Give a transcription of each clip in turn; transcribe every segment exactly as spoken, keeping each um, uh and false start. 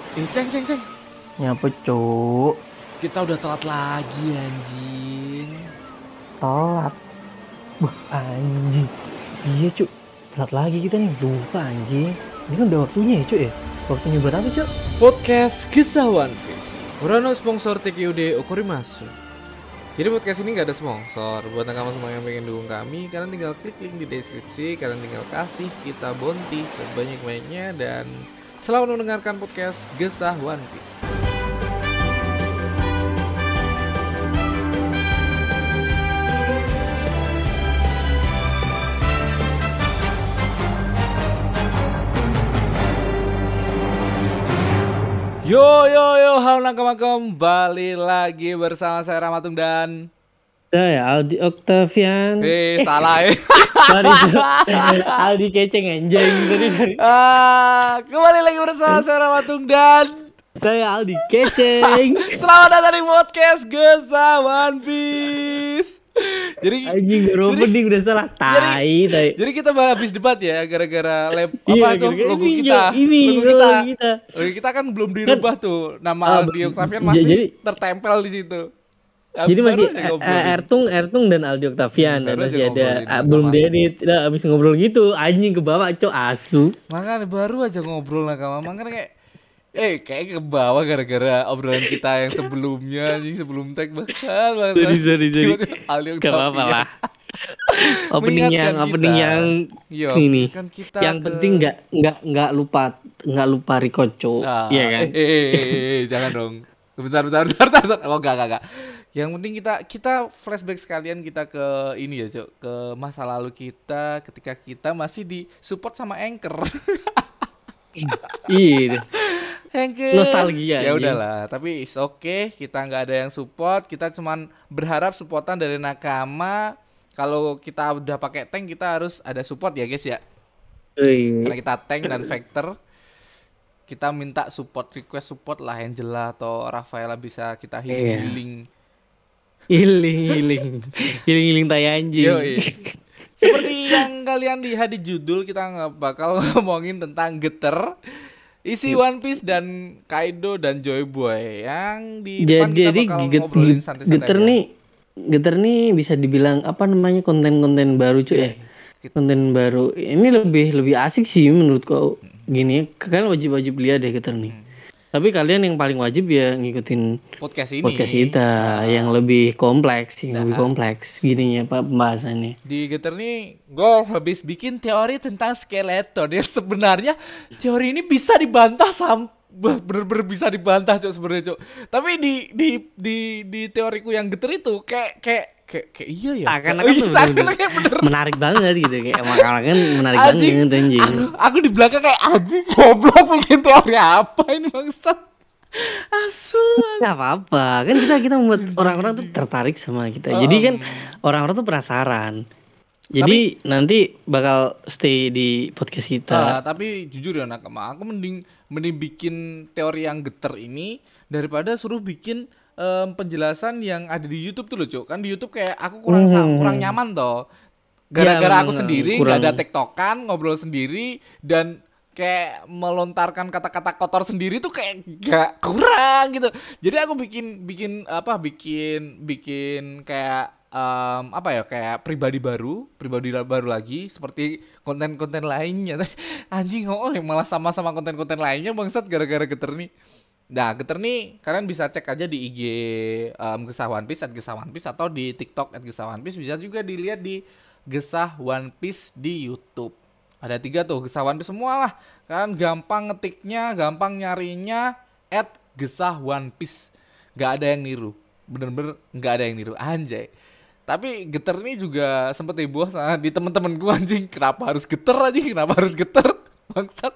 Eh, ceng, ceng, ceng. Nyapa cuk? Kita udah telat lagi, anjing. Telat. Wah anjing. Iya cuk. Telat lagi kita nih. Lupa anjing. Ini kan udah waktunya ya cuk ya. Waktunya buat apa cuk? Podcast Kisah One Piece. Urano sponsor T K U D Okorimasu. Jadi podcast ini gak ada sponsor. Buat kamu semua yang pengen dukung kami, kalian tinggal klik link di deskripsi. Kalian tinggal kasih kita bounty sebanyak-banyaknya. Dan selamat mendengarkan podcast Kisah One Piece. Yo yo yo, halo nakama, kembali lagi bersama saya Ramatung dan Saya Aldi Octavian. Eh salah ya. Sorry cuk. Aldi keceng anjing tadi dari. Ah, kembali lagi bersama saya Ramatung dan Saya Aldi keceng. selamat datang di podcast Kisah One Piece. Jadi Anjing baru jadi- opening udah salah. Tai tai. Jadi kita habis debat ya gara-gara lab Iya, apa tuh gara-gara logo ini, kita. Cuk. Ini logo logo kita. kita. Logo kita kan belum dirubah tuh. Nama Ah, Aldi b- Octavian j- masih jadi- tertempel di situ. Ya, Jadi baru masih aja eh, ngobrolin. eh, Ertung, Ertung dan Aldi Octavian Hmm, dan baru aja masih ada ngobrolin ah, sama belum kamu. diedit. Nah, abis ngobrol gitu anjing ke bawah cok asu. Makanya baru aja ngobrol lah sama Makanya kayak Eh kayak ke bawah gara-gara obrolan kita yang sebelumnya anjing sebelum tag besar banget. Sorry, sorry, sorry. Tiba-tiba Aldi Gak apa-apa Octavian lah. Opening mengingatkan yang opening kita. yang Iya, ini. kan kita Yang ke- penting nggak nggak nggak lupa nggak lupa record cok. Ah, Iya kan? eh, eh, eh, eh, eh, jangan dong. Bentar, bentar, bentar, bentar, bentar. Oh, enggak, enggak, enggak. Yang penting kita kita flashback sekalian kita ke ini ya, Cok, ke masa lalu kita ketika kita masih di support sama Anchor. Iya. Anchor. Nostalgia, Ya anjing. udahlah, tapi is oke, kita nggak ada yang support, kita cuman berharap supportan dari nakama. Kalau kita udah pakai tank, kita harus ada support ya, guys ya. Wih. Karena kita tank dan Vector, kita minta support, request support lah Angela atau Rafaela bisa kita Iya. healing-healing. Healing healing healing healing tai anjing. Yoi. Seperti yang kalian lihat di judul, kita nggak bakal ngomongin tentang Getter, isi One Piece dan Kaido dan Joy Boy. Yang di depan Jadi kita jadi bakal get, ngobrolin santai-santai geter aja. nih geter nih bisa dibilang apa namanya konten-konten baru cuy ya. Kita- Konten baru ini lebih lebih asik sih menurutku gini kalian wajib-wajib lihat deh geter nih. Tapi kalian yang paling wajib ya ngikutin podcast ini. podcast kita Nah, yang lebih kompleks, yang Nah. lebih kompleks gininya Pak pembahasannya. Di Getter nih gue habis bikin teori tentang skeleton. Ya sebenarnya teori ini bisa dibantah sam bener-bener bisa dibantah cok sebenarnya cok. Tapi di di di di teoriku yang Getter itu kayak kayak kayak, kayak iya ya. Seakan-akan Oh, iya, tuh seakan-akan bener-bener kayak bener. menarik banget gitu kayak emang kan menarik Anjing. banget anjing. Aku, aku di belakang kayak anjing goblok bikin teori apa ini bangsat. Asu. Gak apa-apa kan kita kita membuat orang-orang tuh tertarik sama kita. Jadi kan orang-orang tuh penasaran. Jadi nanti bakal stay di podcast kita. Ah, tapi jujur ya nakama, aku mending mending bikin teori yang Getter ini daripada suruh bikin em, penjelasan yang ada di YouTube tuh loh, Cuk. Kan di YouTube kayak aku kurang sa- Hmm. kurang nyaman toh. Gara-gara Ya, aku bener. sendiri nggak Kurang. ada tektokan, ngobrol sendiri dan kayak melontarkan kata-kata kotor sendiri tuh kayak gak kurang gitu. Jadi aku bikin bikin apa bikin bikin kayak em, apa ya kayak pribadi baru, pribadi la- baru lagi seperti konten-konten lainnya. Anjing oh malah sama-sama konten-konten lainnya bangsat gara-gara Getter nih. Nah, Getter nih kalian bisa cek aja di I G em, Gesah One Piece at Gesah One Piece atau di TikTok at Gesah One Piece, bisa juga dilihat di Gesah One Piece di YouTube. Ada tiga tuh Gesah One Piece semua lah. Kalian gampang ngetiknya, gampang nyarinya at Gesah One Piece. Gak ada yang niru. Bener-bener gak ada yang niru. Anjay. Tapi Getter nih juga sempet heboh sama di temen-temen gua anjing. Kenapa harus Getter anjing? Kenapa harus Getter? Bangsat.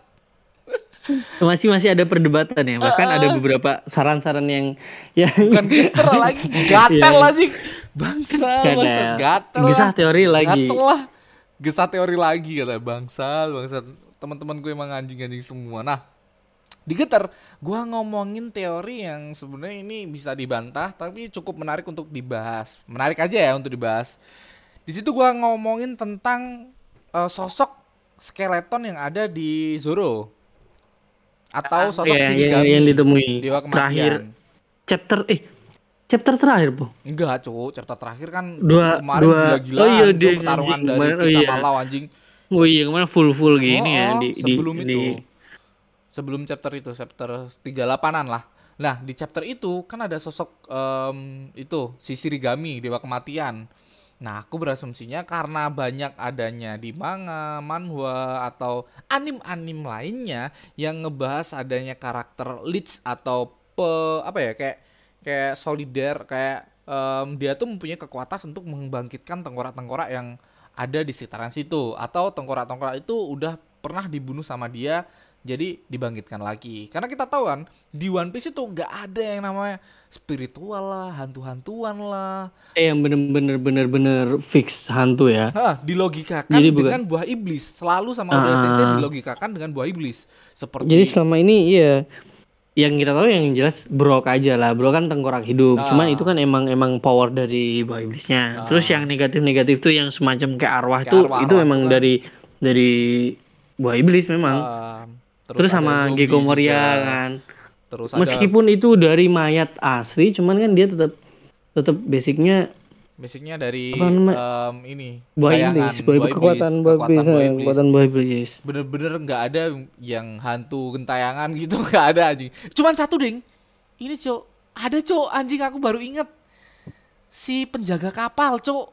Masih masih ada perdebatan ya. Bahkan ada beberapa saran-saran yang yang Bukan Getter lagi, gatel Iya. anjing. Bangsa, Gatel. bangsat, gatel. Gesah lah. teori lagi. Gatel lah. Gesah teori lagi kata bangsa, bangsa. Teman-teman gue emang anjing-anjing semua. Nah, di Getter gua ngomongin teori yang sebenarnya ini bisa dibantah tapi cukup menarik untuk dibahas. Menarik aja ya untuk dibahas. Di situ gua ngomongin tentang eh, sosok skeleton yang ada di Zoro. atau Ah, sosok iya, yang, Shinigami yang ditemui dewa terakhir kematian. chapter eh chapter terakhir bu Enggak, Cuk. Chapter terakhir kan dua kemarin dua oh iya gila-gilaan, dia Cuk, pertarungan anjing dari kemarin oh Kid iya sama Law anjing. oh iya kemarin full full Oh, gini ya oh, di di sebelum di itu. Sebelum chapter itu, chapter tiga puluh delapan-an lah. Nah, di chapter itu kan ada sosok em, itu si Shinigami, dewa kematian. Nah, aku berasumsinya karena banyak adanya di manga, manhwa, atau anim-anim lainnya yang ngebahas adanya karakter leech atau pe, apa ya, kayak kayak solider, kayak em, dia tuh mempunyai kekuatan untuk membangkitkan tengkorak-tengkorak yang ada di sekitaran situ, atau tengkorak-tengkorak itu udah pernah dibunuh sama dia, jadi dibangkitkan lagi. Karena kita tahu kan di One Piece itu nggak ada yang namanya spiritual lah, hantu-hantuan lah. eh yang bener-bener bener-bener fix hantu ya Hah, dilogikakan jadi bukan dengan buah iblis. Selalu sama Oda Sensei ah dilogikakan dengan buah iblis. jadi Seperti selama ini iya yang kita tahu yang jelas Brok aja lah Brok kan tengkorak hidup cuman itu ah, kan emang emang power dari buah iblisnya terus ah, yang negatif-negatif tuh yang semacam kayak arwah kayak tuh itu arwah-arwah tuh emang kan. dari dari buah iblis memang ah, terus terus ada sama Gecko zombie Moria juga. kan Terus ada meskipun itu dari mayat asli cuman kan dia tetap tetap basicnya basicnya dari apa namanya em, ini buah bayangan iblis buah buah iblis iblis, kekuatan buah iblis kekuatan buah eh, iblis. kekuatan buah iblis Bener-bener nggak ada yang hantu gentayangan gitu, nggak ada anjing. Cuman satu ding, ini cok, ada cok, anjing aku baru inget si penjaga kapal cok,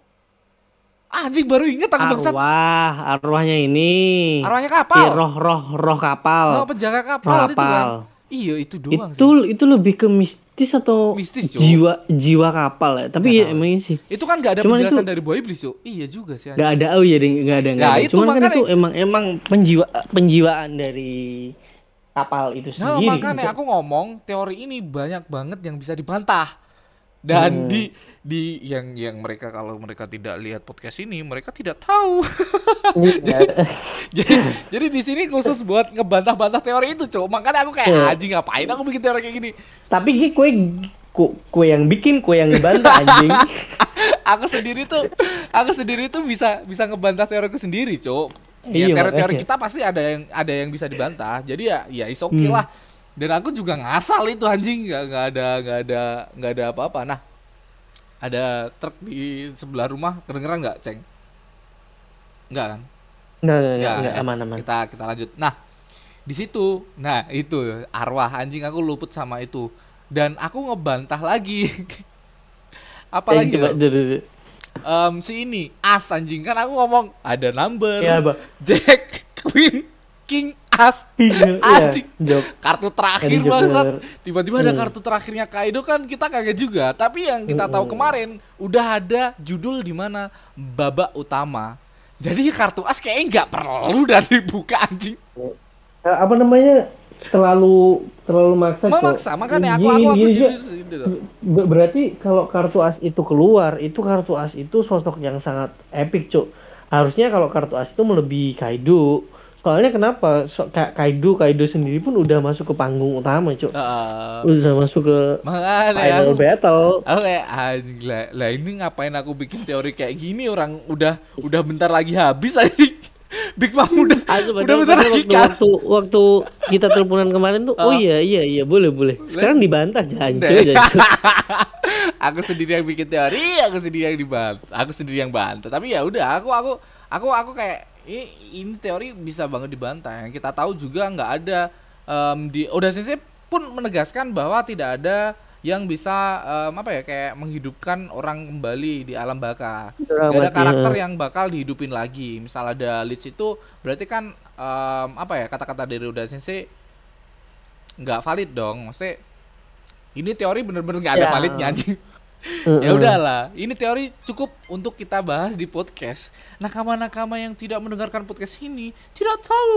anjing baru inget aku bangsat. arwah arwahnya ini Arwahnya si kapal, roh roh roh kapal oh penjaga roh kapal itu kan, kapal iya itu doang itu sih, itu lebih ke mistis atau mistis cok, jiwa jiwa kapal ya tapi nggak ya tahu. emang ini sih Itu kan nggak ada cuman penjelasan itu dari buah iblis cok, iya juga sih nggak anjing. ada oh ya nggak ada nggak Ya ada itu cuman kan makanya, itu emang emang penjiwa penjiwaan dari kapal itu nah sendiri makanya gitu. aku ngomong teori ini banyak banget yang bisa dibantah. Dan Hmm. di di yang yang mereka, kalau mereka tidak lihat podcast ini, mereka tidak tahu. Iya. jadi jadi di sini khusus buat ngebantah-bantah teori itu, cowok. Makanya aku kayak Iya. anjing ngapain aku bikin teori kayak gini. Tapi ki kue ku- kue yang bikin kue yang ngebantah anjing. Aku sendiri tuh aku sendiri tuh bisa bisa ngebantah teoriku sendiri, cowok. Ya Iya, teori-teori makanya. kita pasti ada yang ada yang bisa dibantah. Jadi ya ya is okay Hmm. lah. Dan aku juga ngasal itu anjing, nggak nggak ada nggak ada nggak ada apa-apa. Nah, ada truk di sebelah rumah, kedengeran nggak, Ceng? Nggak kan? Nggak, nggak, Nggak, nggak, ya. aman, aman. Kita kita lanjut. Nah, di situ, nah itu arwah anjing, aku luput sama itu. Dan aku ngebantah lagi. Apalagi Eh, coba, ya? duh, duh, duh. Em, si ini as anjing, kan aku ngomong ada number, Iya, Bang. Jack, Queen, King, as, Iya, anjing. jok. Kartu terakhir Jadi bangsat. bener. Tiba-tiba ada Hmm. kartu terakhirnya Kaido, kan kita kaget juga. Tapi yang kita tahu Hmm. kemarin udah ada judul di mana babak utama. Jadi kartu as kayaknya nggak perlu udah dibuka anjing. Eh, apa namanya terlalu terlalu maksa kok. Memaksa, makanya aku Gini- aku aku gini jujur juga, gitu. ber- berarti kalau kartu as itu keluar itu kartu as itu sosok yang sangat epic cuk. Harusnya kalau kartu as itu melebihi Kaido. Soalnya kenapa? So, Ka- Kaido Kaido sendiri pun udah masuk ke panggung utama cuk. Heeh. Udah masuk ke Makanya final aku, battle. aku kayak anjing lah, lah ini ngapain aku bikin teori kayak gini, orang udah udah bentar lagi habis aja. Big Mom udah Aku udah padahal, bentar padahal lagi waktu, kan. waktu waktu kita teleponan kemarin tuh, oh Ah. iya iya iya boleh boleh. Sekarang dibantah jancu Nah. jancu. Aku sendiri yang bikin teori, aku sendiri yang dibantah, aku sendiri yang bantah. Tapi ya udah, aku aku aku aku kayak ini, ini teori bisa banget dibantah. Yang kita tahu juga nggak ada em, di Oda Sensei pun menegaskan bahwa tidak ada yang bisa em, apa ya, kayak menghidupkan orang kembali di alam baka. Orang Gak ada mati, karakter ya. yang bakal dihidupin lagi. Misal ada Leech itu berarti kan em, apa ya, kata-kata dari Oda Sensei nggak valid dong. Maksudnya ini teori bener-bener nggak ada Ya. validnya anjing. Mm-mm. Ya udahlah, ini teori cukup untuk kita bahas di podcast. Nakama-nakama yang tidak mendengarkan podcast ini tidak tahu.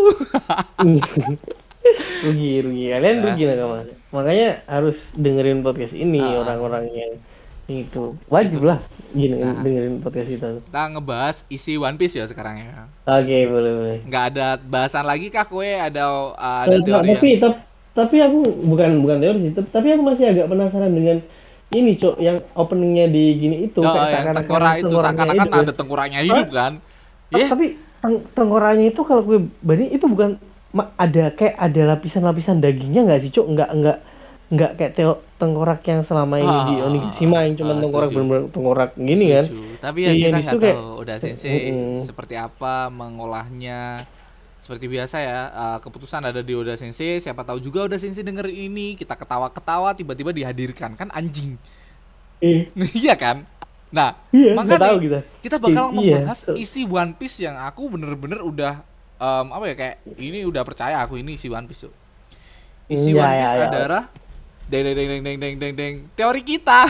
rugi rugi kalian Ya. rugi lah kawan. Makanya harus dengerin podcast ini Ah. orang-orang yang itu wajib Itu. lah gini Nah. dengerin podcast kita. Kita ngebahas isi One Piece ya sekarang ya. Oke boleh boleh. Nggak ada bahasan lagi kah kue, ada ada Eh, teori tapi yang tap- tapi aku bukan bukan teori sih, tap- tapi aku masih agak penasaran dengan ini cok yang openingnya di gini itu oh, kayak yang seakan-akan tengkorak itu tengkoraknya seakan-akan hidup ya. ada tengkoraknya hidup kan. Ah, Iya. tapi teng- tengkoraknya itu kalau gue banding itu bukan ma- ada kayak ada lapisan-lapisan dagingnya nggak sih, Cuk? Nggak nggak nggak kayak teo, tengkorak yang selama ini di Onigashima yang cuma Ah, tengkorak setuju. bener-bener tengkorak gini kan. Setuju. Tapi ya Iya kita di situ nggak kayak tahu udah sensei mm-mm. seperti apa mengolahnya. Seperti biasa ya, uh, keputusan ada di Oda Sensei. Siapa tahu juga Oda Sensei denger ini, kita ketawa-ketawa tiba-tiba dihadirkan kan anjing. Eh, Iya kan? Nah, iya nggak tahu makanya kita. kita bakal I- iya. membahas isi One Piece yang aku bener-bener udah em, apa ya kayak ini udah percaya aku ini isi One Piece tuh. Isi Iya One ya Piece ya. adalah deng deng deng deng deng deng deng deng teori kita.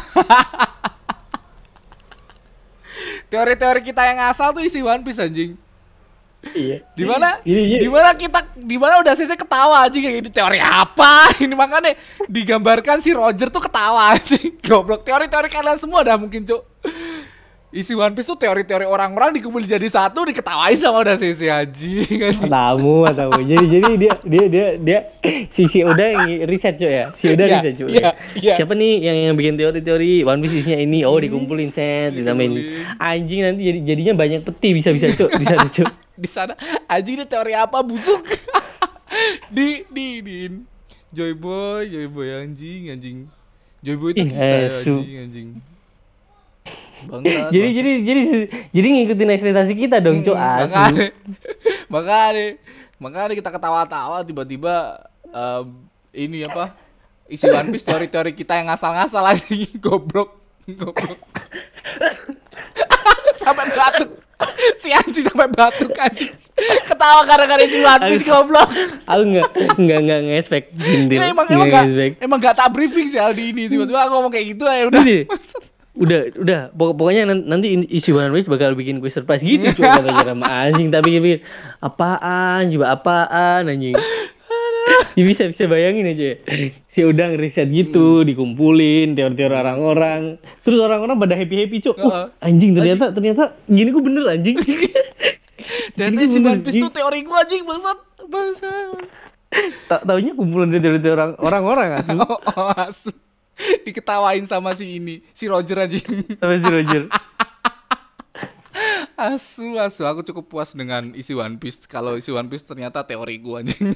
Teori-teori kita yang asal tuh isi One Piece anjing. Iya. Di mana Ini, ini di mana kita di mana udah selesai ketawa aja kayak ini teori apa ini makanya digambarkan si Roger tuh ketawa sih goblok teori-teori kalian semua dah mungkin cuk isi One Piece tuh teori-teori orang-orang dikumpul jadi satu diketawain sama udah selesai haji kan sih tamu tamu. Jadi jadi dia dia dia dia si si Uda yang riset cuy ya. Si Uda Iya, riset cuy. iya, iya. Siapa nih yang yang bikin teori-teori One Piece isinya ini? Oh, dikumpulin set, dinamain Dikumpulin. anjing nanti jadi jadinya banyak peti bisa-bisa cuy, bisa cuy. di sana anjing ini teori apa busuk di di di Joy Boy Joy Boy anjing anjing Joy Boy itu Ih, kita eh, su- anjing anjing bangsa Jadi jadi jadi jadi ngikutin ekspektasi kita dong cuy. Hmm, Asu. makanya, makanya, makanya kita ketawa-tawa tiba-tiba em, ini apa isi One Piece teori-teori kita yang ngasal-ngasal aja goblok, goblok. Sampai batuk, si anjing sampai batuk anjing. Ketawa gara-gara isi One Piece goblok. Aku nggak nggak nggak ngespek Gintil. Ya, emang Nggak emang gak, ngespek. emang gak tak briefing sih Aldi ini tiba-tiba aku ngomong kayak gitu ya udah. Ini udah udah pokok- pokoknya nan- nanti in- isi One Piece bakal bikin quiz surprise gitu cuy kata cara sama anjing tapi pikir apaan coba apaan anjing. Ya bisa bisa bayangin aja ya. Si udah ngeriset gitu dikumpulin teori-teori orang-orang terus orang-orang pada happy-happy cuy. Heeh. Uh, anjing ternyata ternyata gini gue bener anjing. Ternyata isi One Piece tuh teori gua anjing bangsat, bangsat. Tak taunya kumpulan dari teori orang orang-orang asu. Oh, oh, asu. Diketawain sama si ini, si Roger anjing. Sama si Roger. Asu, asu. Aku cukup puas dengan isi One Piece. Kalau isi One Piece ternyata teori gua anjing.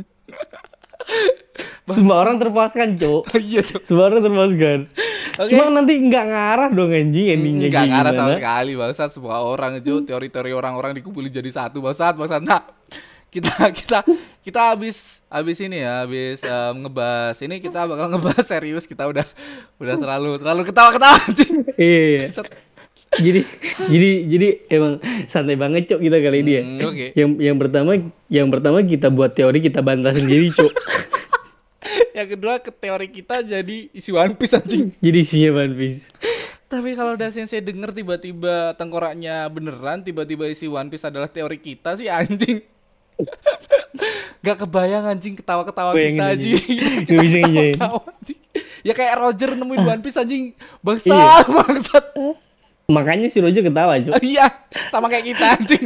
Semua orang terpuaskan, Cuk. Iya, Cok. Semua orang terpuaskan. Oke. Cuma nanti nggak ngarah dong anjing endingnya Enggak kayak ngarah sama gimana. sekali, bangsat. Semua orang itu teori-teori orang-orang dikumpulin jadi satu, bangsat, bangsat. Nah, kita kita kita habis habis ini ya, habis em, ngebahas ini kita bakal ngebahas serius. Kita udah udah terlalu terlalu ketawa-ketawa anjing. Iya. Bangsat. Jadi jadi jadi emang santai banget, Cuk, kita kali ini ya. Hmm, oke. Yang yang pertama yang pertama kita buat teori kita bantah sendiri, Cuk. Yang kedua ke teori kita jadi isi One Piece anjing. Jadi isinya One Piece. Tapi kalau udah sensei denger tiba-tiba tengkoraknya beneran, tiba-tiba isi One Piece adalah teori kita sih anjing. Gak kebayang anjing ketawa-ketawa Bayangin kita aja. anjing. Nggak Kita bisa ngejain. ketawa-ketawa anjing. Ya kayak Roger nemuin One Piece anjing. Bangsat, Iya. bangsat. Makanya si Roger ketawa, Cuk. Iya, sama kayak kita anjing.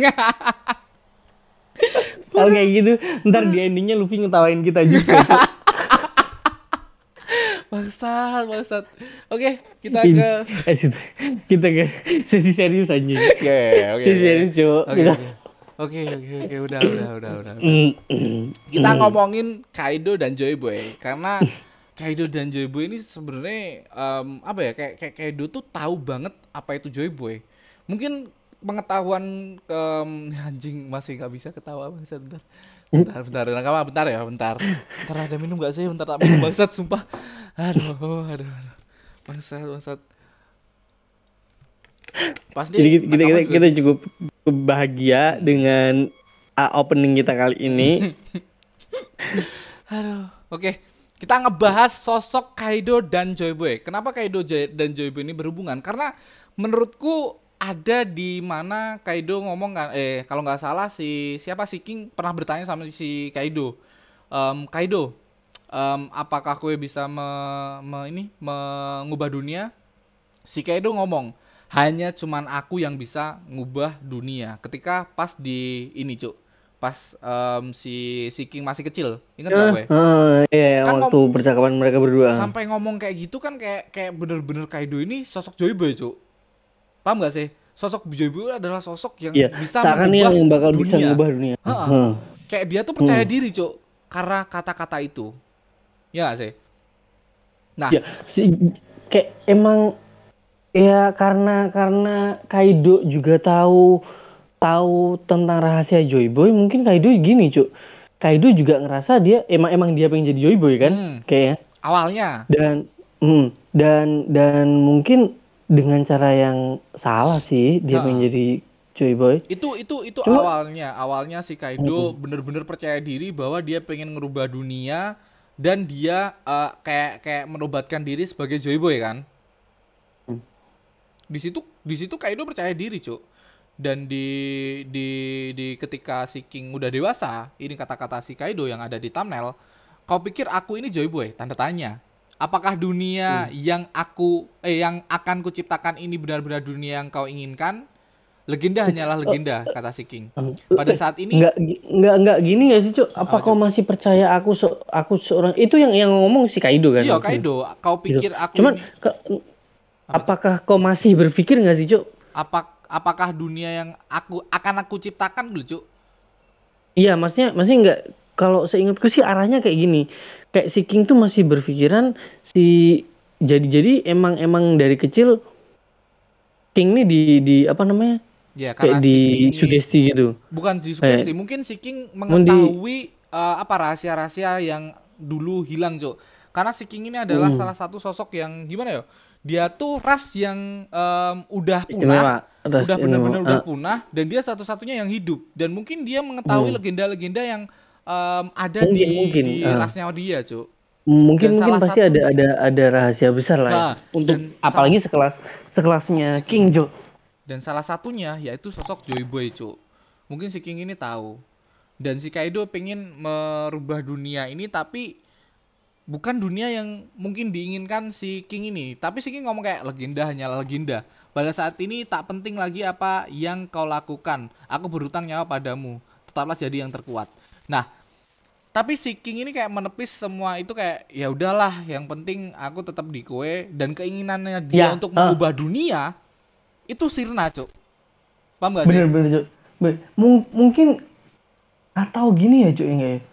Kalau kayak gitu, ntar di endingnya Luffy ngetawain kita juga, Cuk. Bangsat, bangsat. Oke, kita Ini- ke eh, situ. Kita ke sesi serius anjing. Oke, oke. Sesi serius, Cuk. Oke, Kita- oke. Oke, oke, oke, udah, udah, udah, udah. Mm, mm. Kita ngomongin Kaido dan Joy Boy karena Kaido dan Joy Boy ini sebenarnya em, apa ya kayak kayak Kaido tuh tahu banget apa itu Joy Boy. Mungkin pengetahuan em, anjing masih nggak bisa ketawa bangsat bentar. Bentar, bentar, bentar, bentar ya, bentar. Bentar ada minum gak sih? Bentar tak minum bangsat sumpah. Aduh, aduh, aduh. Bangsat, bangsat. Pas Jadi kita, kita, rekaman kita, juga kita bisa. cukup, cukup bahagia dengan uh, opening kita kali ini. Aduh, oke. Kita ngebahas sosok Kaido dan Joy Boy. Kenapa Kaido Joy- dan Joy Boy ini berhubungan? Karena menurutku ada di mana Kaido ngomong kan, eh kalau nggak salah si siapa si King pernah bertanya sama si Kaido, Em, Kaido, em, apakah kue bisa me- me- ini mengubah dunia? Si Kaido ngomong, hanya cuman aku yang bisa ngubah dunia. Ketika pas di ini cuk, pas em, si si King masih kecil, ingat gak gue? Ah, iya, Kan waktu ngom- percakapan mereka berdua. Sampai ngomong kayak gitu kan kayak kayak bener-bener Kaido ini sosok Joy Boy cuk. Paham gak sih? Sosok Joy Boy adalah sosok yang Iya, bisa seakan mengubah yang bakal dunia. bisa ngubah dunia. Ha-ha. Hmm. Kayak dia tuh percaya Hmm. diri, Cuk, karena kata-kata itu. Ya nggak sih? Nah, Ya, si, kayak emang ya karena karena Kaido juga tahu tahu tentang rahasia Joy Boy, mungkin Kaido gini, Cuk. Kaido juga ngerasa dia emang emang dia pengen jadi Joy Boy kan, hmm, kayaknya. awalnya Dan hmm, dan dan mungkin dengan cara yang salah sih dia heeh. pengen jadi Joy Boy. Itu itu itu Cuma awalnya. Awalnya si Kaido hmm, bener-bener percaya diri bahwa dia pengen ngerubah dunia dan dia eh, kayak kayak menobatkan diri sebagai Joy Boy kan. Di situ di situ Kaido percaya diri, Cuk. Dan di di di ketika si King udah dewasa, ini kata-kata si Kaido yang ada di thumbnail, kau pikir aku ini Joy Boy? Tanda tanya. Apakah dunia hmm. yang aku eh yang akan kuciptakan ini benar-benar dunia yang kau inginkan? Legenda hanyalah Eh, legenda, kata si King. eh, Pada eh, saat ini, nggak nggak nggak gini nggak sih, Cuk? Apa apa kau Cuk? masih percaya aku se aku seorang itu yang yang ngomong si Kaido kan Iya, maksudnya Kaido, kau gitu. pikir aku Cuman ini ke- apa Cuk? apakah kau masih berpikir nggak sih, Cuk? Apa apakah dunia yang aku akan aku ciptakan dulu, Cuk? Iya, maksudnya maksudnya nggak, kalau seingatku sih arahnya kayak gini. Kayak si King tuh masih berpikiran si jadi-jadi emang emang dari kecil King nih di di apa namanya? Ya, Kayak karena di si King ini sugesti gitu. bukan Kayak disugesti, mungkin si King mau di mengetahui eh, apa rahasia-rahasia yang dulu hilang, Cok. Karena si King ini adalah hmm, salah satu sosok yang gimana ya? Dia tuh ras yang em, udah punah, istimewa, ras udah ini benar-benar udah uh, punah, dan dia satu-satunya yang hidup. Dan mungkin dia mengetahui hmm, legenda-legenda yang em, ada mungkin di mungkin di uh, rasnya dia, Cok. mungkin Dan mungkin salah pasti ada satunya, ada ada rahasia besar lah ya. nah, Untuk dan salah apalagi sekelas sekelasnya si King King Jo. dan salah satunya yaitu sosok Joy Boy, Cuk. Mungkin si King ini tahu. Dan si Kaido pengen merubah dunia ini tapi bukan dunia yang mungkin diinginkan si King ini. Tapi si King ngomong kayak legenda hanyalah legenda. Pada saat ini tak penting lagi apa yang kau lakukan. Aku berhutang nyawa padamu. Tetaplah jadi yang terkuat. Nah, tapi si King ini kayak menepis semua itu kayak ya udahlah, yang penting aku tetap di kowe dan keinginannya dia Ya, untuk uh, mengubah dunia itu sirna, Cuk. Paham gak sih? bener-bener Jo. Be- mung- mungkin atau gini ya Jo, enggak ya?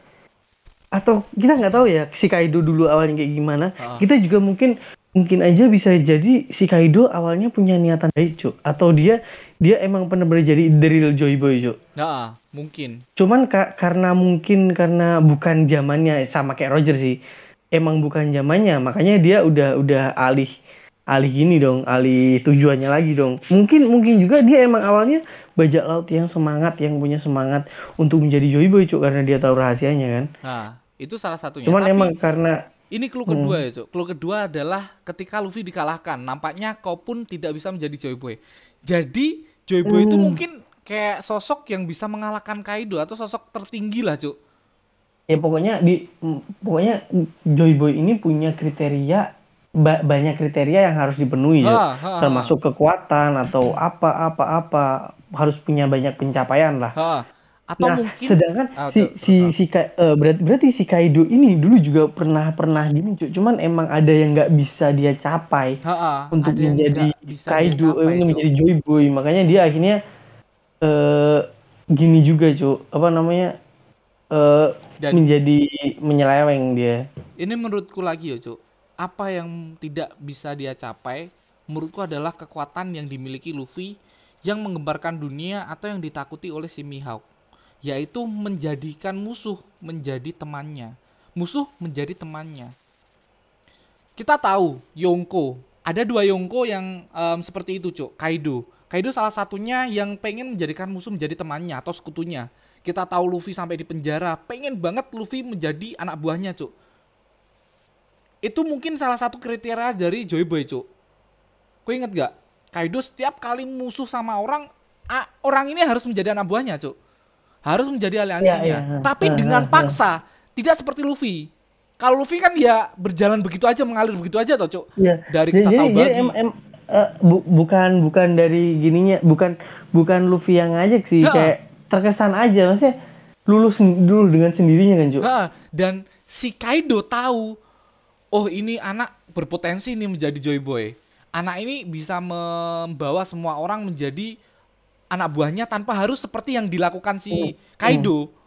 Atau kita nggak tahu ya si Kaido dulu awalnya kayak gimana. Heeh. Kita juga mungkin mungkin aja bisa jadi si Kaido awalnya punya niatan baik, Cuk. Atau dia dia emang bener-bener jadi the real Joy Boy, Cuk. Nah, mungkin. Cuman ka- karena mungkin karena bukan zamannya, sama kayak Roger sih. Emang bukan zamannya, makanya dia udah udah alih alih gini dong, alih tujuannya lagi dong. Mungkin mungkin juga dia emang awalnya bajak laut yang semangat, yang punya semangat untuk menjadi Joy Boy, Cuk, karena dia tahu rahasianya kan. Nah, itu salah satunya. Cuman emang Tapi karena ini clue hmm, kedua ya, Cuk. Clue kedua adalah ketika Luffy dikalahkan, nampaknya kau pun tidak bisa menjadi Joy Boy. Jadi, Joy Boy itu hmm, mungkin kayak sosok yang bisa mengalahkan Kaido atau sosok tertinggi lah, Cuk. ya pokoknya di mm, pokoknya Joy Boy ini punya kriteria, ba- banyak kriteria yang harus dipenuhi, Ha, Cuk. ha, ha. Termasuk kekuatan atau apa apa apa, harus punya banyak pencapaian lah. Ha. Atau Nah, mungkin sedangkan ah, si Cuk, terus si ah. si Ka- eh, berarti berarti si Kaido ini dulu juga pernah pernah gini, Cuk. Cuman emang ada yang nggak bisa dia capai Ha, ha. untuk Ada yang menjadi nggak bisa dia Kaido, eh, capai, untuk Cuk. menjadi Joy Boy. Makanya dia akhirnya eh gini juga, Cuk. Apa namanya? eh Dan menjadi menyeleweng dia. ini menurutku lagi ya, Cuk. Apa yang tidak bisa dia capai, menurutku adalah kekuatan yang dimiliki Luffy yang menggemparkan dunia atau yang ditakuti oleh si Mihawk, yaitu menjadikan musuh menjadi temannya. Musuh menjadi temannya. Kita tahu Yonko, ada dua Yonko yang em, seperti itu, Cuk. Kaido. Kaido salah satunya yang pengen menjadikan musuh menjadi temannya atau sekutunya. Kita tahu Luffy sampai di penjara, pengen banget Luffy menjadi anak buahnya, Cuk. Itu mungkin salah satu kriteria dari Joy Boy, Cuk. Kau inget gak? Kaido setiap kali musuh sama orang, ah, orang ini harus menjadi anak buahnya, Cuk. Harus menjadi Iya, iya. aliansinya. Hah, Tapi hah, dengan hah, hah. paksa, tidak seperti Luffy. Kalau Luffy kan ya berjalan begitu aja, mengalir begitu aja toh, Cuk. Iya. Dari Jadi kita jadi, tahu jadi em, bagi. em, eh, bu- bukan bukan dari gininya, bukan bukan Luffy yang ngajak sih, Nah, kayak terkesan aja, maksudnya lulus sen- dulu dengan sendirinya kan, Cuk. nah, dan si Kaido tahu, oh ini anak berpotensi nih menjadi Joy Boy. Anak ini bisa membawa semua orang menjadi anak buahnya tanpa harus seperti yang dilakukan Hmm, si hmm. Kaido.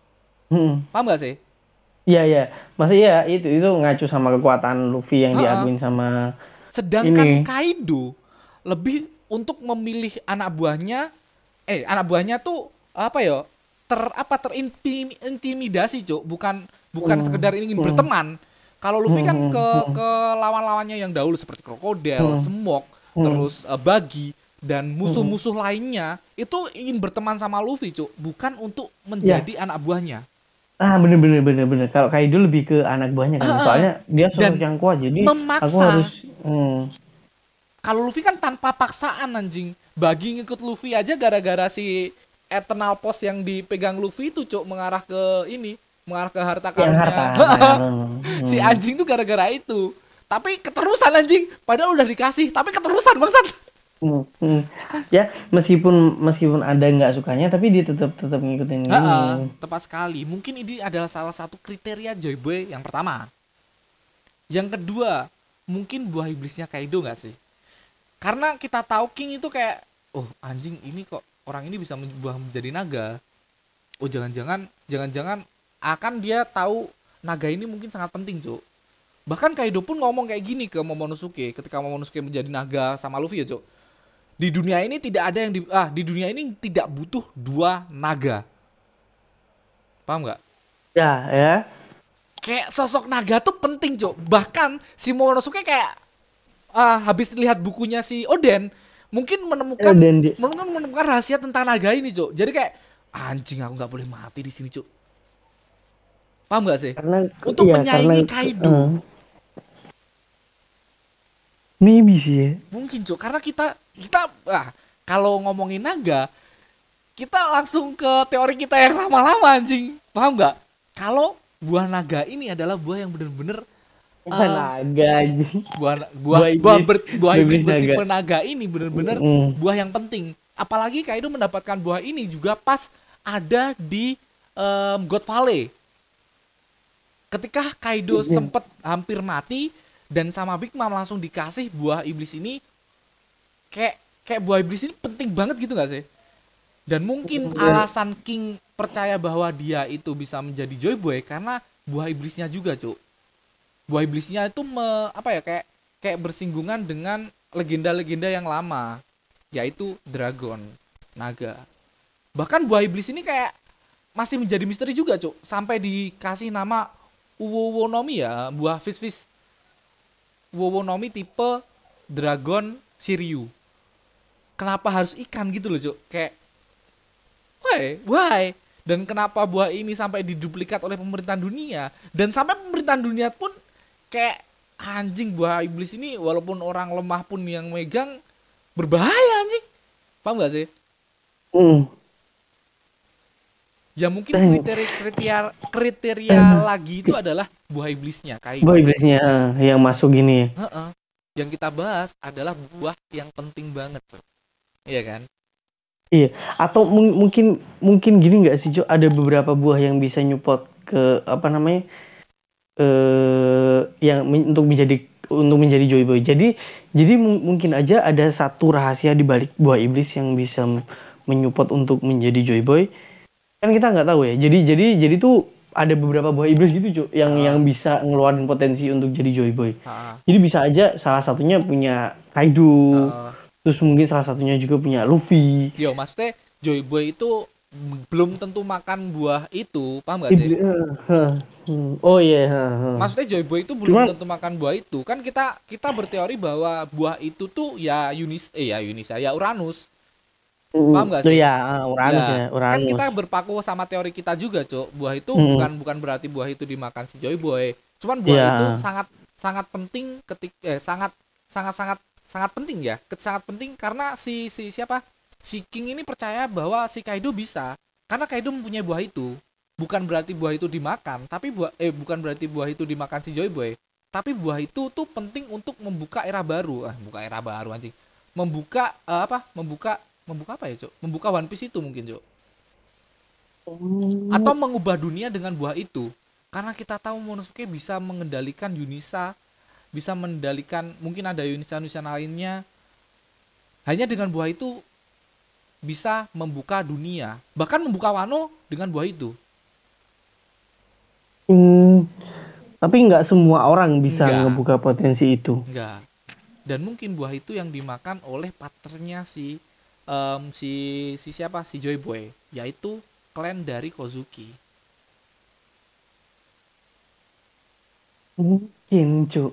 Hmm. Paham gak sih? Iya iya, masih ya itu itu ngacu sama kekuatan Luffy yang Heeh. diakuin sama Sedangkan ini. Kaido lebih untuk memilih anak buahnya, eh anak buahnya tuh apa ya? Ter apa terintimidasi, Cuk. Bukan bukan Hmm. sekedar ingin Hmm. berteman. Kalau Luffy Hmm. kan Hmm. ke Hmm. ke lawan-lawannya yang dahulu seperti krokodil, Hmm. semok, Hmm. terus eh, bagi dan Hmm. musuh-musuh lainnya itu ingin berteman sama Luffy, Cuk, bukan untuk Ya, menjadi anak buahnya. ah bener bener bener bener. Kalau Kaido lebih ke anak buahnya kan, soalnya dia sosok Dan yang kuat, jadi aku harus. memaksa. Hmm. Kalau Luffy kan tanpa paksaan anjing. Bagi ngikut Luffy aja gara-gara si Eternal Post yang dipegang Luffy itu, Cuk, mengarah ke ini, mengarah ke harta Yang harta, karunnya. harta karun. Si Hmm. anjing tuh gara-gara itu. Tapi keterusan anjing, padahal udah dikasih, tapi keterusan bangsat. Hmm. Hmm. Ya, meskipun meskipun ada nggak sukanya, tapi dia tetap tetap ngikutin ini. Heeh, tepat sekali. Mungkin ini adalah salah satu kriteria Joy Boy yang pertama. Yang kedua, mungkin buah iblisnya Kaido nggak sih? Karena kita tahu King itu kayak, oh anjing ini kok orang ini bisa berubah menjadi naga. Oh jangan-jangan, jangan-jangan akan dia tahu naga ini mungkin sangat penting, Cuk. Bahkan Kaido pun ngomong kayak gini ke Momonosuke ketika Momonosuke menjadi naga sama Luffy ya, Cuk. Di dunia ini tidak ada yang di ah di dunia ini tidak butuh dua naga. Paham nggak? Ya, ya. Kayak sosok naga tuh penting, Cuk. Bahkan si Momonosuke kayak ah, habis lihat bukunya si Oden, mungkin Eh, menemukan dan dia, menemukan, menemukan rahasia tentang naga ini, Cuk. Jadi kayak anjing aku nggak boleh mati di sini, Cuk. Paham gak sih? karena Untuk iya karena menyaingi eh, Kaido. maybe sih ya. Mungkin, Cuk. Karena kita kita ah, kalau ngomongin naga, kita langsung ke teori kita yang lama-lama anjing. Paham nggak? Kalau buah naga ini adalah buah yang bener-bener Bukan eh, naga aja. buah buah Buah buah iblis, ber, buah buah iblis iblis naga. bertipe naga ini bener-bener Mm, buah yang penting. Apalagi Kaido mendapatkan buah ini juga pas ada di em, God Valley. Ketika Kaido mm, sempet hampir mati dan sama Big Mom langsung dikasih buah iblis ini, kayak kayak buah iblis ini penting banget gitu gak sih? Dan mungkin mm. alasan King percaya bahwa dia itu bisa menjadi Joy Boy karena buah iblisnya juga, Cuk. Buah iblisnya itu me, apa ya kayak kayak bersinggungan dengan legenda-legenda yang lama, yaitu dragon, naga. Bahkan buah iblis ini kayak masih menjadi misteri juga, Cuk. Sampai dikasih nama Uwowonomi ya, buah fish-fish Uwowonomi tipe dragon Shiryu. Kenapa harus ikan gitu loh, Cuk? Kayak why? Why? Dan kenapa buah ini sampai diduplikat oleh pemerintahan dunia? Dan sampai pemerintahan dunia pun kayak anjing buah iblis ini walaupun orang lemah pun yang megang berbahaya anjing. Paham gak sih? Mm. Ya mungkin Dan kriteria kriteria kriteria eh, lagi itu adalah buah iblisnya buah Kaido. iblisnya eh, yang masuk gini ya. Heeh. Yang kita bahas adalah buah yang penting banget, Cuk. Iya kan? Iya. Atau mung- mungkin mungkin gini nggak sih, Jo? Ada beberapa buah yang bisa nyupport ke apa namanya? Eh yang men- untuk menjadi untuk menjadi Joy Boy. Jadi jadi mu- mungkin aja ada satu rahasia di balik buah iblis yang bisa m- menyupport untuk menjadi Joy Boy. Kan kita nggak tahu ya. Jadi jadi jadi tuh ada beberapa buah iblis gitu, Cuk, yang Heeh. yang bisa ngeluarin potensi untuk jadi Joy Boy. Heeh. Jadi bisa aja salah satunya punya Kaido, Heeh. terus mungkin salah satunya juga punya Luffy. Yo, maksudnya Joy Boy itu belum tentu makan buah itu, paham gak sih? Iblis, eh, eh, hmm. Oh iya, eh, eh. Maksudnya Joy Boy itu belum Cuma tentu makan buah itu. Kan kita kita berteori bahwa buah itu tuh ya Yunis eh ya Yunis ya Uranus. mm, Paham gak oh sih? ya, eh, Uranus ya, Ya, kan Uranus. kita berpaku sama teori kita juga, Cok. Buah itu Mm, bukan bukan berarti buah itu dimakan si Joy Boy. Cuman buah itu ya, sangat sangat penting ketik eh sangat sangat sangat sangat penting ya. Ket- Sangat penting karena si si siapa? Si King ini percaya bahwa si Kaido bisa. Karena Kaido mempunyai buah itu. Bukan berarti buah itu dimakan, tapi buah eh bukan berarti buah itu dimakan si Joy Boy. Tapi buah itu tuh penting untuk membuka era baru. Ah, buka era baru anjing. Membuka eh, apa? Membuka membuka apa ya, Cok? Membuka One Piece itu mungkin, Cok. mm, Atau mengubah dunia dengan buah itu. Karena kita tahu Momonosuke bisa mengendalikan Yunisa, bisa mengendalikan mungkin ada Yunisa-Yunisa lainnya. Hanya dengan buah itu bisa membuka dunia. Bahkan membuka Wano dengan buah itu. Hmm, tapi nggak semua orang bisa Enggak, ngebuka potensi itu. enggak. Dan mungkin buah itu yang dimakan oleh partnernya si em, si si siapa? Si Joy Boy, yaitu klan dari Kozuki. Mungkin, Cuk.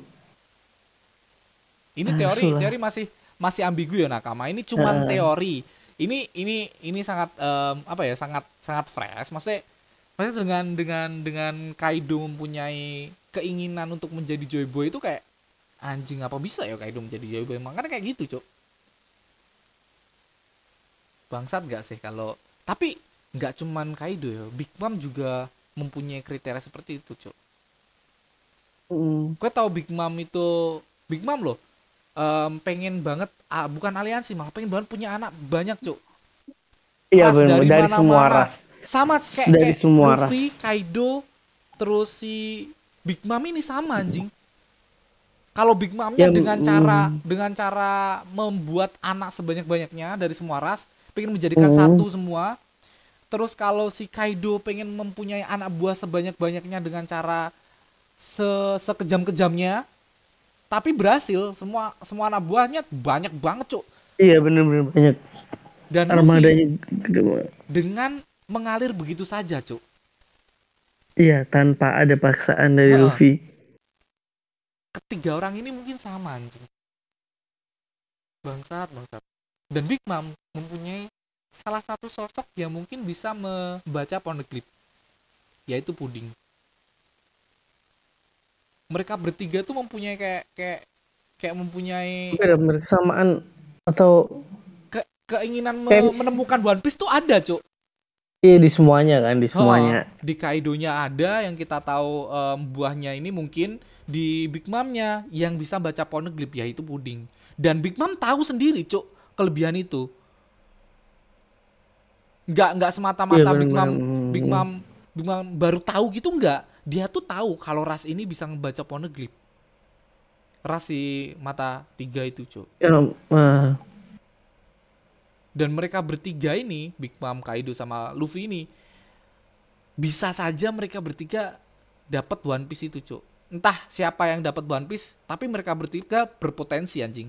Ini Ah, teori, sulah. teori masih masih ambigu ya Nakama. Ini cuman Heeh. teori. Ini ini ini sangat em, apa ya? Sangat sangat fresh. Maksudnya maksudnya dengan dengan dengan Kaido mempunyai keinginan untuk menjadi Joy Boy itu kayak anjing, apa bisa ya Kaido menjadi Joy Boy? Makanya kayak gitu, Cuk. Bangsat gak sih kalau tapi nggak cuman Kaido ya. Big Mom juga mempunyai kriteria seperti itu, Cuk. Mm. Gue tahu Big Mom itu Big Mom loh. Em, pengen banget ah, bukan aliansi, malah pengen banget punya anak banyak, Cuk. Iya Ras benar, dari dari semua mana-mana. ras, Sama kayak dari kayak semua ras. Luffy, Kaido, terus si Big Mom ini sama anjing. Kalau Big Mom-nya Ya, dengan cara mm, dengan cara membuat anak sebanyak-banyaknya dari semua ras, pengen menjadikan mm, satu semua. Terus kalau si Kaido pengen mempunyai anak buah sebanyak-banyaknya dengan cara se sekejam-kejamnya, tapi berhasil. Semua semua anak buahnya banyak banget, Cuk. iya benar-benar banyak Dan Luffy armadanya gede banget. dengan mengalir begitu saja, Cuk. Iya, tanpa ada paksaan dari Heeh. Luffy. Ketiga orang ini mungkin sama anjing. Bangsat, bangsat. Dan Big Mom mempunyai salah satu sosok yang mungkin bisa membaca poneglyph, yaitu Puding. Mereka bertiga tuh mempunyai kayak kayak kayak mempunyai Tapi ada benar kesamaan atau ke, keinginan kayak me- menemukan One Piece tuh ada, Cuk. iya di semuanya kan, di Heeh. semuanya. Di Kaidonya ada yang kita tahu em, buahnya ini mungkin di Big Mom-nya yang bisa baca poneglyph yaitu Puding. Dan Big Mom tahu sendiri, Cuk, kelebihan itu. nggak nggak Iya semata-mata Big benar-benar. Mom Big Mm, Mom Big Mom baru tahu gitu, nggak. Dia tuh tahu kalau ras ini bisa ngebaca poneglyph. Ras si mata tiga itu, Cuk. ya, uh, Dan mereka bertiga ini, Big Mom, Kaido sama Luffy ini, bisa saja mereka bertiga dapat One Piece itu, Cuk. Entah siapa yang dapat One Piece, tapi mereka bertiga berpotensi anjing.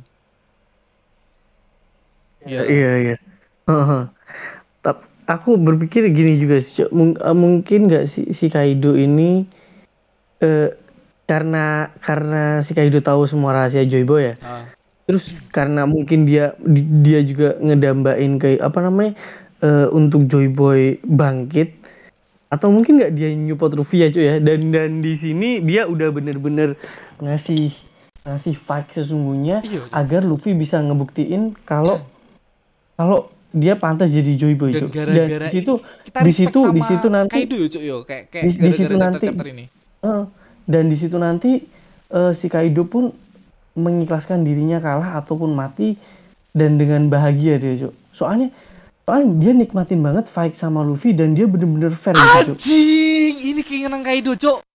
Ya, iya iya. Heeh. Tap- aku berpikir gini juga sih, Cok. Mung- eh, mungkin nggak si si Kaido ini eh, karena karena si Kaido tahu semua rahasia Joyboy ya. uh, Terus karena mungkin dia di- dia juga ngedambain kayak apa namanya eh, untuk Joyboy bangkit atau mungkin nggak dia nyupport Ruffy ya cuy ya, dan dan di sini dia udah bener-bener ngasih ngasih fight sesungguhnya iya, Cuk. agar Luffy bisa ngebuktiin kalau kalau dia pantas jadi Joyboy Dan cuy. Dan di gara-gara situ ini kita di respect situ di situ sama nanti Kaido ya, Cuk, yo. Kayak kayak di, di gara-gara situ nanti chapter-chapter ini. eh, dan di situ nanti eh, si Kaido pun mengikhlaskan dirinya kalah ataupun mati dan dengan bahagia dia cuy. Soalnya soalnya dia nikmatin banget fight sama Luffy dan dia bener-bener fair gitu cuy. Anjing, ini keinginan Kaido, Cuk.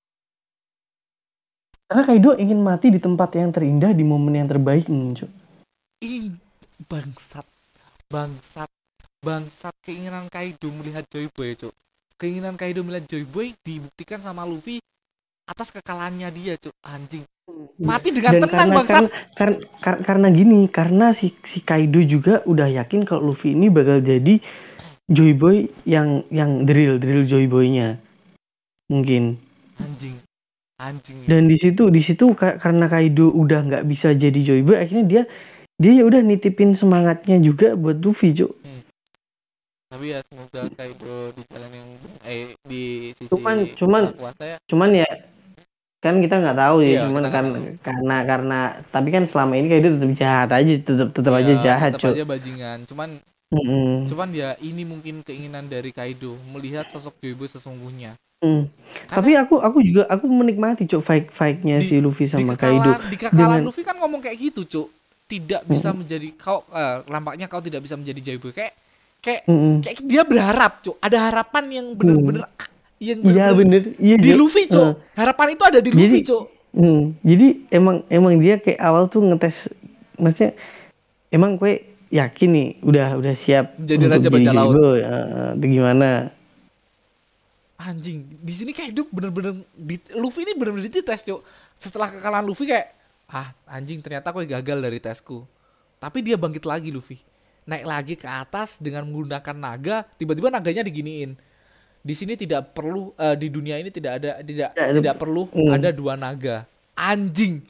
Karena Kaido ingin mati di tempat yang terindah di momen yang terbaik cuy. Ih, bangsat, bangsat, bangsat keinginan Kaido melihat Joy Boy, Cuk. Keinginan Kaido melihat Joy Boy dibuktikan sama Luffy atas kekalahannya dia, Cuk. Anjing. Mati dengan Dan tenang, karena bangsat. karena karena, kar- karena gini, karena si si Kaido juga udah yakin kalau Luffy ini bakal jadi Joy Boy yang yang drill drill Joy Boy-nya mungkin. Anjing, anjing ini. Dan di situ di situ ka- karena Kaido udah nggak bisa jadi Joy Boy, akhirnya dia dia ya udah nitipin semangatnya juga buat Luffy, Cuk. Hmm. Tapi ya semoga Kaido di jalan yang eh di sisi Cuman cuman kuasa ya. cuman ya kan kita nggak tahu ya, Iya, cuman kita nggak kan tahu. karena karena tapi kan selama ini Kaido tetap jahat aja, tetap tetap aja Iya, jahat, tetap Cuk. aja bajingan. Cuman Mm-mm. cuman ya ini mungkin keinginan dari Kaido melihat sosok Joy Boy sesungguhnya. Hmm. Tapi Karena aku aku juga aku menikmati cuk fight-fightnya di si Luffy di sama Kaido kekalahan di kekalahan dengan Luffy kan ngomong kayak gitu, Cuk. Tidak bisa mm, menjadi kau eh, nampaknya kau tidak bisa menjadi Joy Boy. Kayak kayak mm, kayak dia berharap, Cuk. Ada harapan yang mm. bener-bener yang Iya bener-bener bener, iya di Cuk. Luffy, Eh, Cuk. Harapan itu ada di jadi Luffy, Cuk. mm, jadi emang emang dia kayak awal tuh ngetes, maksudnya emang gue yakin nih udah udah siap Menjadi untuk raja jadi bajak laut. Joyboy, eh, atau gimana? Anjing, di sini Kaido bener-bener di, Luffy ini bener-bener dites, Cuk. Setelah kekalahan Luffy kayak, ah anjing ternyata gue gagal dari tesku. Tapi dia bangkit lagi Luffy. Naik lagi ke atas dengan menggunakan naga, tiba-tiba naganya diginiin. Di sini tidak perlu uh, di dunia ini tidak ada tidak ya, tidak perlu mm. ada dua naga. Anjing.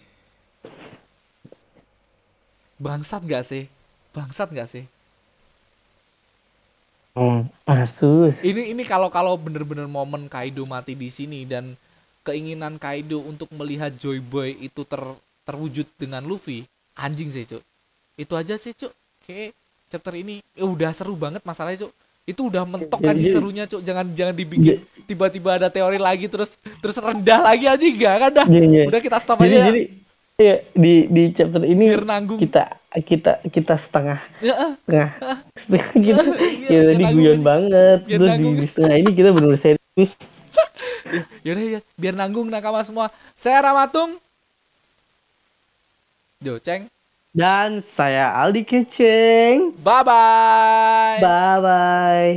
Bangsat gak sih? Bangsat gak sih? Hmm, asus. Ini ini kalau kalau bener-bener momen Kaido mati di sini dan keinginan Kaido untuk melihat Joy Boy itu ter, terwujud dengan Luffy, anjing sih, Cuk. Itu aja sih, Cuk. Kayak chapter ini eh, udah seru banget masalahnya, Cuk. Itu udah mentok anjing serunya, Cuk. Jangan jangan dibikin tiba-tiba ada teori lagi terus terus rendah lagi aja enggak kan dah. Udah kita stop jadi, aja. Jadi, ya di di chapter ini kita kita kita setengah ya, setengah setengah gitu ya tadi guyon banget terus di, di setengah ini kita benar-benar serius. Ya udah ya biar nanggung nakama semua. Saya Ramatung, Joceng, dan saya Aldi Keceng. Bye bye. Bye bye.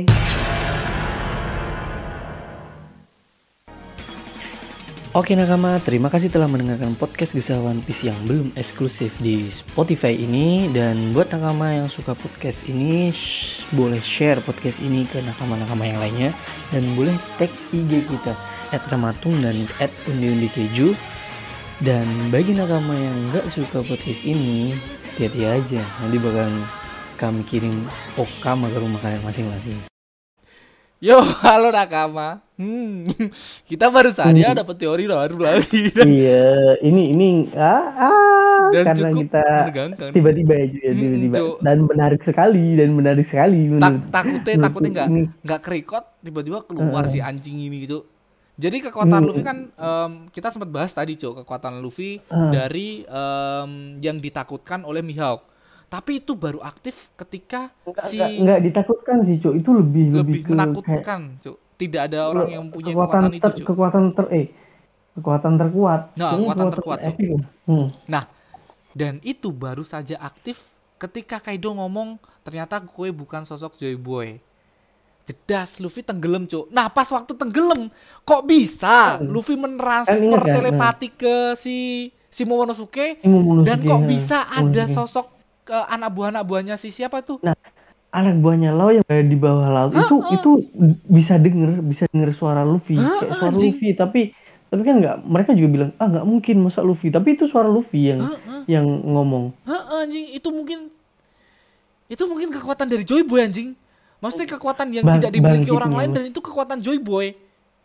Oke nakama, terima kasih telah mendengarkan podcast Kisah One Piece yang belum eksklusif di Spotify ini. Dan buat nakama yang suka podcast ini, sh- boleh share podcast ini ke nakama-nakama yang lainnya. Dan boleh tag I G kita at ramatung dan at undiundikeju. Dan bagi nakama yang gak suka podcast ini, hati-hati aja, nanti bakalan kami kirim okama ke rumah kalian masing-masing. Yo, halo nakama. Hmm, kita baru saja dapat teori baru lagi. Iya, ini ini ah, ah dan karena kita menegangkan. Tiba-tiba aja ya, tiba-tiba hmm, dan menarik sekali dan menarik sekali. Tak, takutnya takutnya nggak nggak kerikot, tiba-tiba keluar uh. si anjing ini gitu. Jadi kekuatan hmm. Luffy kan um, kita sempat bahas tadi, Cok, kekuatan Luffy uh. dari um, yang ditakutkan oleh Mihawk. Tapi itu baru aktif ketika enggak, si enggak, enggak ditakutkan sih, Cuk. Itu lebih lebih, lebih ke menakutkan, Cuk. Tidak ada orang yang mempunyai kekuatan, kekuatan ter, itu, Cuk. Kekuatan ter eh kekuatan terkuat. Nah, kekuatan, kekuatan terkuat, Cuk. Hmm. Nah, dan itu baru saja aktif ketika Kaido ngomong ternyata gue bukan sosok Joy Boy. Jedas Luffy tenggelam, Cuk. Nah, pas waktu tenggelam, kok bisa hmm. Luffy mentransfer kan, telepati hmm. ke si si Momonosuke, si Momonosuke dan kok ya. bisa ada sosok ke anak buah anak buahnya si siapa tuh? Nah, anak buahnya Lau yang di bawah laut itu uh. itu bisa denger bisa denger suara Luffy uh, kayak suara uh, Luffy tapi tapi kan nggak, mereka juga bilang ah nggak mungkin masa Luffy, tapi itu suara Luffy yang uh, uh. yang ngomong. Uh, anjing itu mungkin itu mungkin kekuatan dari Joy Boy anjing. Maksudnya kekuatan yang bang, tidak dimiliki orang lain dan itu kekuatan Joy Boy.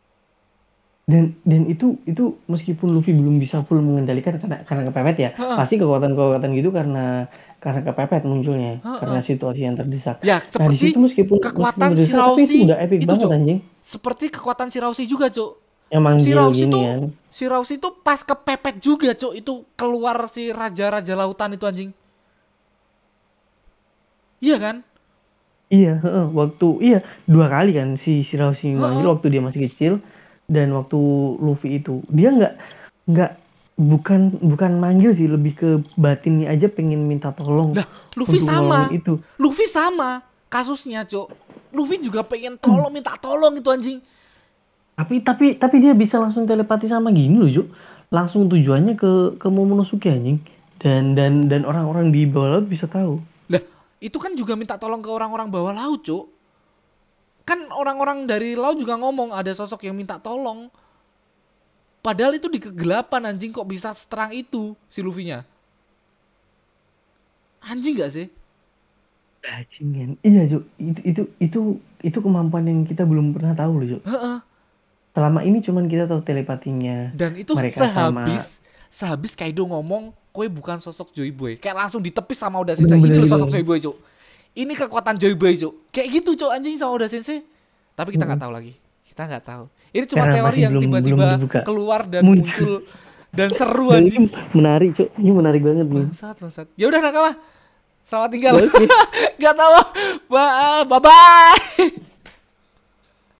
Dan dan itu itu meskipun Luffy belum bisa full mengendalikan karena karena kepepet ya, uh, uh. pasti kekuatan-kekuatan gitu karena karena kepepet munculnya, uh, uh. karena situasi yang terdesak. Ya, seperti nah, meskipun, kekuatan meskipun Shiraushi itu udah epic itu, banget Cuk. Anjing. Seperti kekuatan Shiraushi juga, Cuk. Yang manggil Shiraushi gini tuh, kan. Shiraushi tuh pas kepepet juga, Cuk. Itu keluar si raja-raja lautan itu anjing. Iya kan? Iya, uh, waktu iya dua kali kan si Shiraushi uh, manggil uh. waktu dia masih kecil dan waktu Luffy itu. Dia nggak nggak bukan bukan manggil sih, lebih ke batinnya aja pengen minta tolong. Nah, Luffy sama itu. Luffy sama kasusnya, Cok. Luffy juga pengen tolong, hmm. minta tolong itu anjing. Tapi tapi tapi dia bisa langsung telepati sama gini loh, Cok. Langsung tujuannya ke ke Momonosuke anjing. Dan dan dan orang-orang di bawah laut bisa tahu. Lah, itu kan juga minta tolong ke orang-orang bawah laut, Cok. Kan orang-orang dari laut juga ngomong ada sosok yang minta tolong. Padahal itu di kegelapan anjing, kok bisa seterang itu si Luffy-nya. Anjing gak sih? Anjing kan. Iya, Cuk. Itu itu itu itu kemampuan yang kita belum pernah tahu loh, Cuk. Heeh. Selama ini cuman kita tahu telepatinya. Dan itu mereka sehabis sama... sehabis Kaido ngomong, "Kowe bukan sosok Joy Boy." Kayak langsung ditepis sama Oda Sensei. Ini loh sosok Joy Boy, Cuk. Ini kekuatan Joy Boy, Cuk. Kayak gitu, Cuk, anjing sama Oda Sensei. Tapi kita enggak hmm. tahu lagi. Kita nggak tahu. Ini cuma karena teori yang belum, tiba-tiba belum keluar dan muncul, muncul dan seru aja. Menarik, Cuk. Ini menarik banget nih. Bangsat, bangsat. Ya udah nakama. Selamat tinggal. Gak tahu. Bye bye.